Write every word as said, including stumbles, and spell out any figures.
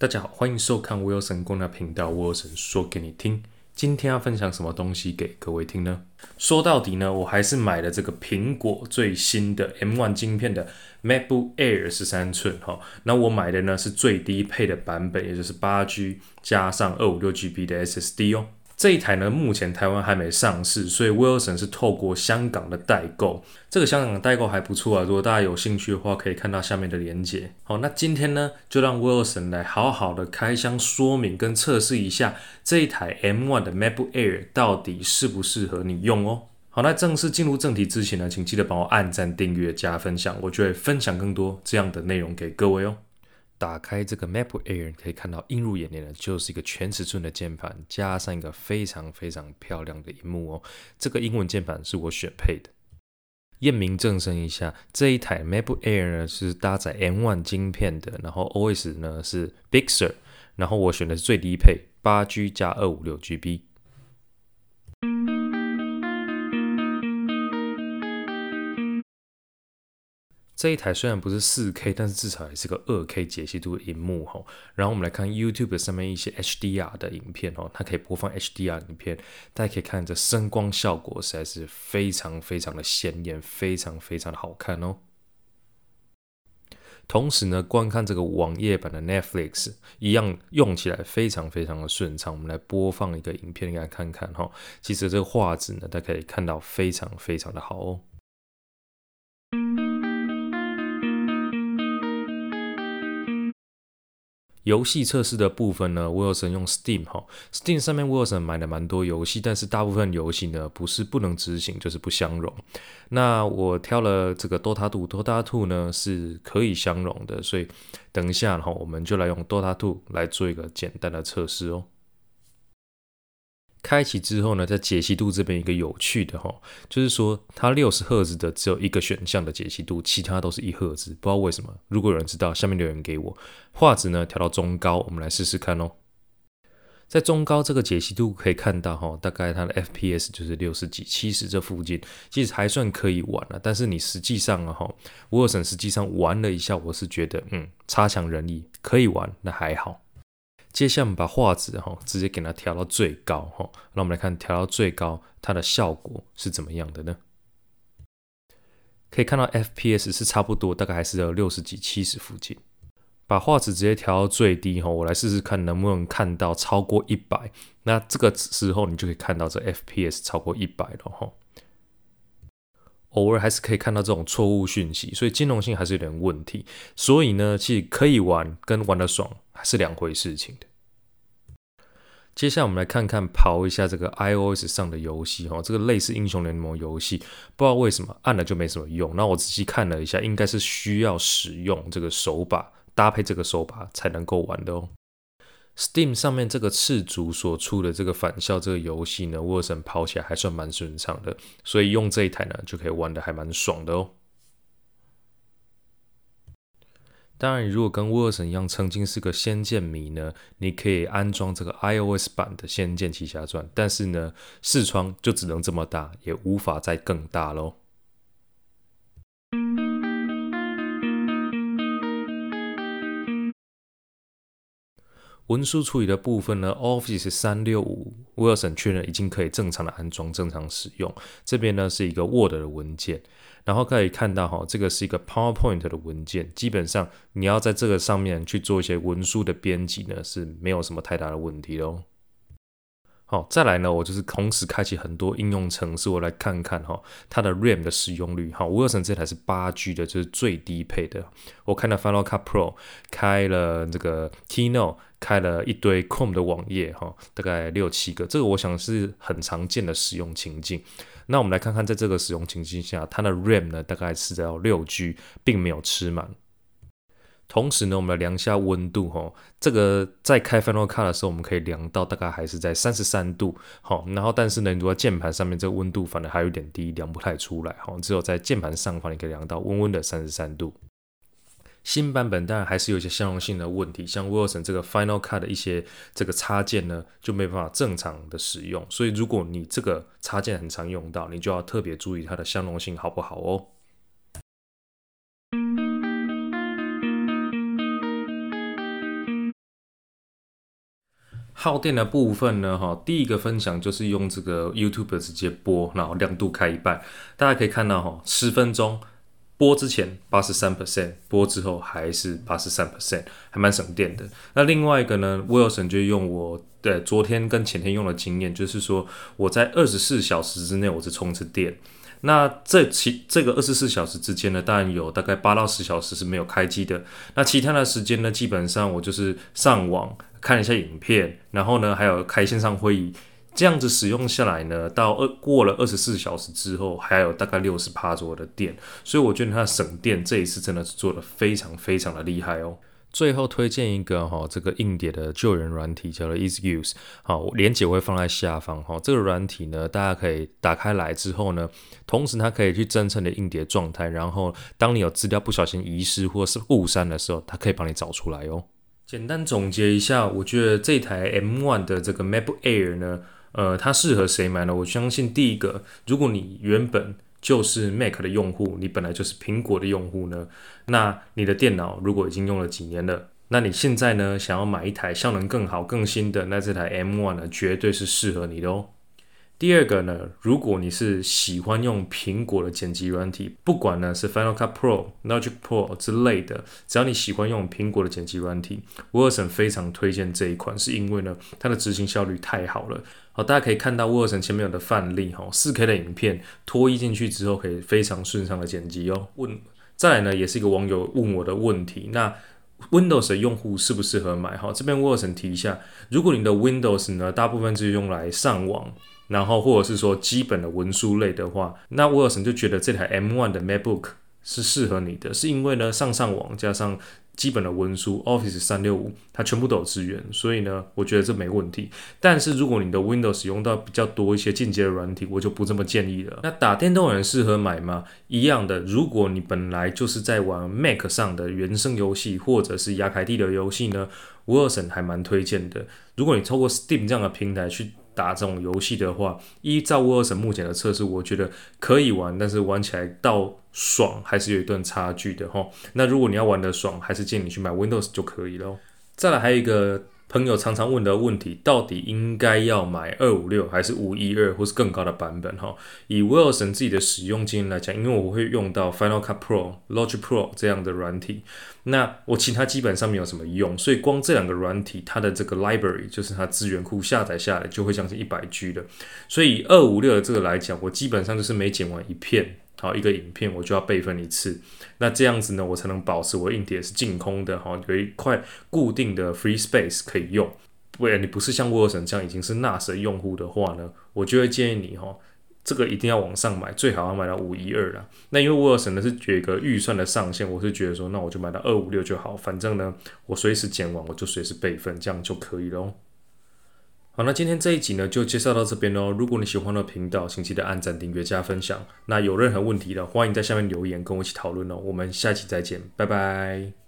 大家好，欢迎收看 Wilson 公的频道 ，Wilson 说给你听。今天要分享什么东西给各位听呢？说到底呢，我还是买了这个苹果最新的 M 一 晶片的 MacBook Air 十三寸哈。那我买的呢是最低配的版本，也就是 八 G 加上 二五六 G B 的 S S D 哦。这一台呢，目前台湾还没上市，所以 Wilson 是透过香港的代购。这个香港的代购还不错啊，如果大家有兴趣的话，可以看到下面的连结。好，那今天呢，就让 Wilson 来好好的开箱说明跟测试一下这一台 M 一 的 MacBook Air 到底适不适合你用哦。好，那正式进入正题之前呢，请记得帮我按赞、订阅、加分享，我就会分享更多这样的内容给各位哦。打开这个 MacBook Air， 可以看到映入眼帘的就是一个全尺寸的键盘，加上一个非常非常漂亮的萤幕哦。这个英文键盘是我选配的。验明正身一下，这一台 MacBook Air 呢是搭载 M 一 晶片的，然后 O S 呢是 Big Sur， 然后我选的是最低配 八 G 加 二五六 G B。这一台虽然不是 四 K， 但是至少也是个 二 K 解析度的萤幕哈。然后我们来看 YouTube 上面一些 H D R 的影片哦，它可以播放 H D R 影片，大家可以看这声光效果实在是非常非常的鲜艳，非常非常的好看哦。同时呢，观看这个网页版的 Netflix 一样用起来非常非常的顺畅。我们来播放一个影片给大家看看哈，其实这个画质呢，大家可以看到非常非常的好哦。游戏测试的部分呢 ，Wilson 用 Steam 哈 ，Steam 上面 Wilson 买了蛮多游戏，但是大部分游戏呢不是不能执行，就是不相容。那我挑了这个 Dota 二 ，Dota 二呢是可以相容的，所以等一下哈，我们就来用 Dota 二来做一个简单的测试哦。开启之后呢，在解析度这边一个有趣的哈，就是说它六十赫兹的只有一个选项的解析度，其他都是一赫兹，不知道为什么。如果有人知道，下面留言给我。画质呢调到中高，我们来试试看哦。在中高这个解析度可以看到哈，大概它的 F P S 就是六十几、七十这附近，其实还算可以玩了。但是你实际上啊哈，Wilson 实际上玩了一下，我是觉得嗯差强人意，可以玩，那还好。接下来我们把画质哈直接给它调到最高哈，那我们来看调到最高它的效果是怎么样的呢？可以看到 F P S 是差不多，大概还是有六十几、七十附近。把画质直接调到最低哈，我来试试看能不能看到超过一百。那这个时候你就可以看到这 F P S 超过一百了哈。偶尔还是可以看到这种错误讯息，所以兼容性还是有点问题。所以呢，其实可以玩跟玩得爽还是两回事情的。接下来我们来看看跑一下这个 iOS 上的游戏哈，这个类似英雄联盟游戏，不知道为什么按了就没什么用。那我仔细看了一下，应该是需要使用这个手把搭配这个手把才能够玩的哦。Steam 上面这个赤足所出的这个返校这个游戏呢 ，Wilson 跑起来还算蛮顺畅的，所以用这一台呢就可以玩的还蛮爽的哦。当然，如果跟 Wilson 一样曾经是个仙剑迷呢，你可以安装这个 iOS 版的《仙剑奇侠传》，但是呢，视窗就只能这么大，也无法再更大咯。文书处理的部分呢 ，Office 三六五 Wilson 确认已经可以正常的安装、正常使用。这边呢是一个 Word 的文件，然后可以看到哈，这个是一个 PowerPoint 的文件。基本上你要在这个上面去做一些文书的编辑呢，是没有什么太大的问题的哦。好，再来呢，我就是同时开启很多应用程式，我来看看哈它的 RAM 的使用率。好 ，Wilson 这台是 八 G 的，就是最低配的。我开了 Final Cut Pro， 开了这个 Keynote， 开了一堆 Chrome 的网页哈，大概六七个，这个我想是很常见的使用情境。那我们来看看，在这个使用情境下，它的 RAM 呢大概是在六 G， 并没有吃满。同时呢，我们来量一下温度哈。这个在开 Final Cut 的时候，我们可以量到大概还是在三十三度。好，然后但是呢，如果键盘上面这个温度反而还有点低，量不太出来。好，只有在键盘上方你可以量到温温的三十三度。新版本当然还是有一些相容性的问题，像 Wilson 这个 Final Cut 的一些这个插件呢，就没办法正常的使用。所以如果你这个插件很常用到，你就要特别注意它的相容性好不好哦。 耗电的部分呢，哈，第一个分享就是用这个 YouTube 直接播，然后亮度开一半，大家可以看到哈，十分钟播之前 百分之八十三， 播之后还是 百分之八十三， 还蛮省电的。那另外一个呢 ，Wilson 就用我的昨天跟前天用的经验，就是说我在二十四小时之内我是充一次电。那这其这个二十四小时之间呢，当然有大概八到十小时是没有开机的。那其他的时间呢，基本上我就是上网看一下影片，然后呢还有开线上会议，这样子使用下来呢，到二过了二十四小时之后，还有大概 百分之六十 左右的电。所以我觉得它省电这一次真的是做得非常非常的厉害哦。最后推荐一个哈，这个硬碟的救援软体叫做 EasyUse， 好，连结我会放在下方哈。这个软体呢，大家可以打开来之后呢，同时它可以去侦测你的硬碟状态，然后当你有资料不小心遗失或是误删的时候，它可以帮你找出来哦。简单总结一下，我觉得这台 M 一 的这个 MacBook Air 呢，呃，它适合谁买呢？我相信第一个，如果你原本就是 Mac 的用户，你本来就是苹果的用户呢，那你的电脑如果已经用了几年了，那你现在呢想要买一台效能更好更新的，那这台 M 一 呢绝对是适合你的哦。第二个呢，如果你是喜欢用苹果的剪辑软体，不管呢是 Final Cut Pro、Logic Pro 之类的，只要你喜欢用苹果的剪辑软体， Wilson 非常推荐这一款，是因为呢它的执行效率太好了。好，大家可以看到 Wilson 前面有的范例， 四 K 的影片拖移进去之后可以非常顺畅的剪辑哦。问再来呢，也是一个网友问我的问题，那 Windows 的用户适不适合买？这边 Wilson 提一下，如果你的 Windows 呢大部分是用来上网，然后或者是说基本的文书类的话，那 Wilson 就觉得这台 M 一 的 MacBook 是适合你的，是因为呢上上网加上基本的文书 Office 三六五它全部都有支援，所以呢我觉得这没问题。但是如果你的 Windows 用到比较多一些进阶的软体，我就不这么建议了。那打电动人适合买吗？一样的，如果你本来就是在玩 Mac 上的原生游戏或者是雅凯蒂的游戏呢， Wilson 还蛮推荐的。如果你透过 Steam 这样的平台去打这种游戏的话，依照 Wilson 目前的测试，我觉得可以玩，但是玩起来到爽还是有一段差距的齁。那如果你要玩得爽，还是建议你去买 Windows 就可以了。再来还有一个朋友常常问的问题，到底应该要买二五六还是五一二或是更高的版本齁？以 Wilson 自己的使用经验来讲，因为我会用到 Final Cut Pro、Logic Pro 这样的软体，那我其他基本上没有什么用，所以光这两个软体它的这个 library 就是它资源库下载下来就会将近 一百 G 的，所以二五六的这个来讲，我基本上就是每剪完一片好一个影片我就要备份一次，那这样子呢我才能保持我硬碟是净空的，有一块固定的 free space 可以用。不然你不是像 Wilson 这样已经是 N A S 的用户的话呢，我就会建议你这个一定要往上买，最好要买到五一二啦。那因为 Wilson 呢是有一个预算的上限，我是觉得说那我就买到二五六就好，反正呢我随时剪完我就随时备份，这样就可以咯。好，那今天这一集呢就介绍到这边咯。如果你喜欢我的频道，请记得按赞、订阅、加分享。那有任何问题的，欢迎在下面留言跟我一起讨论哦。我们下期再见，拜拜。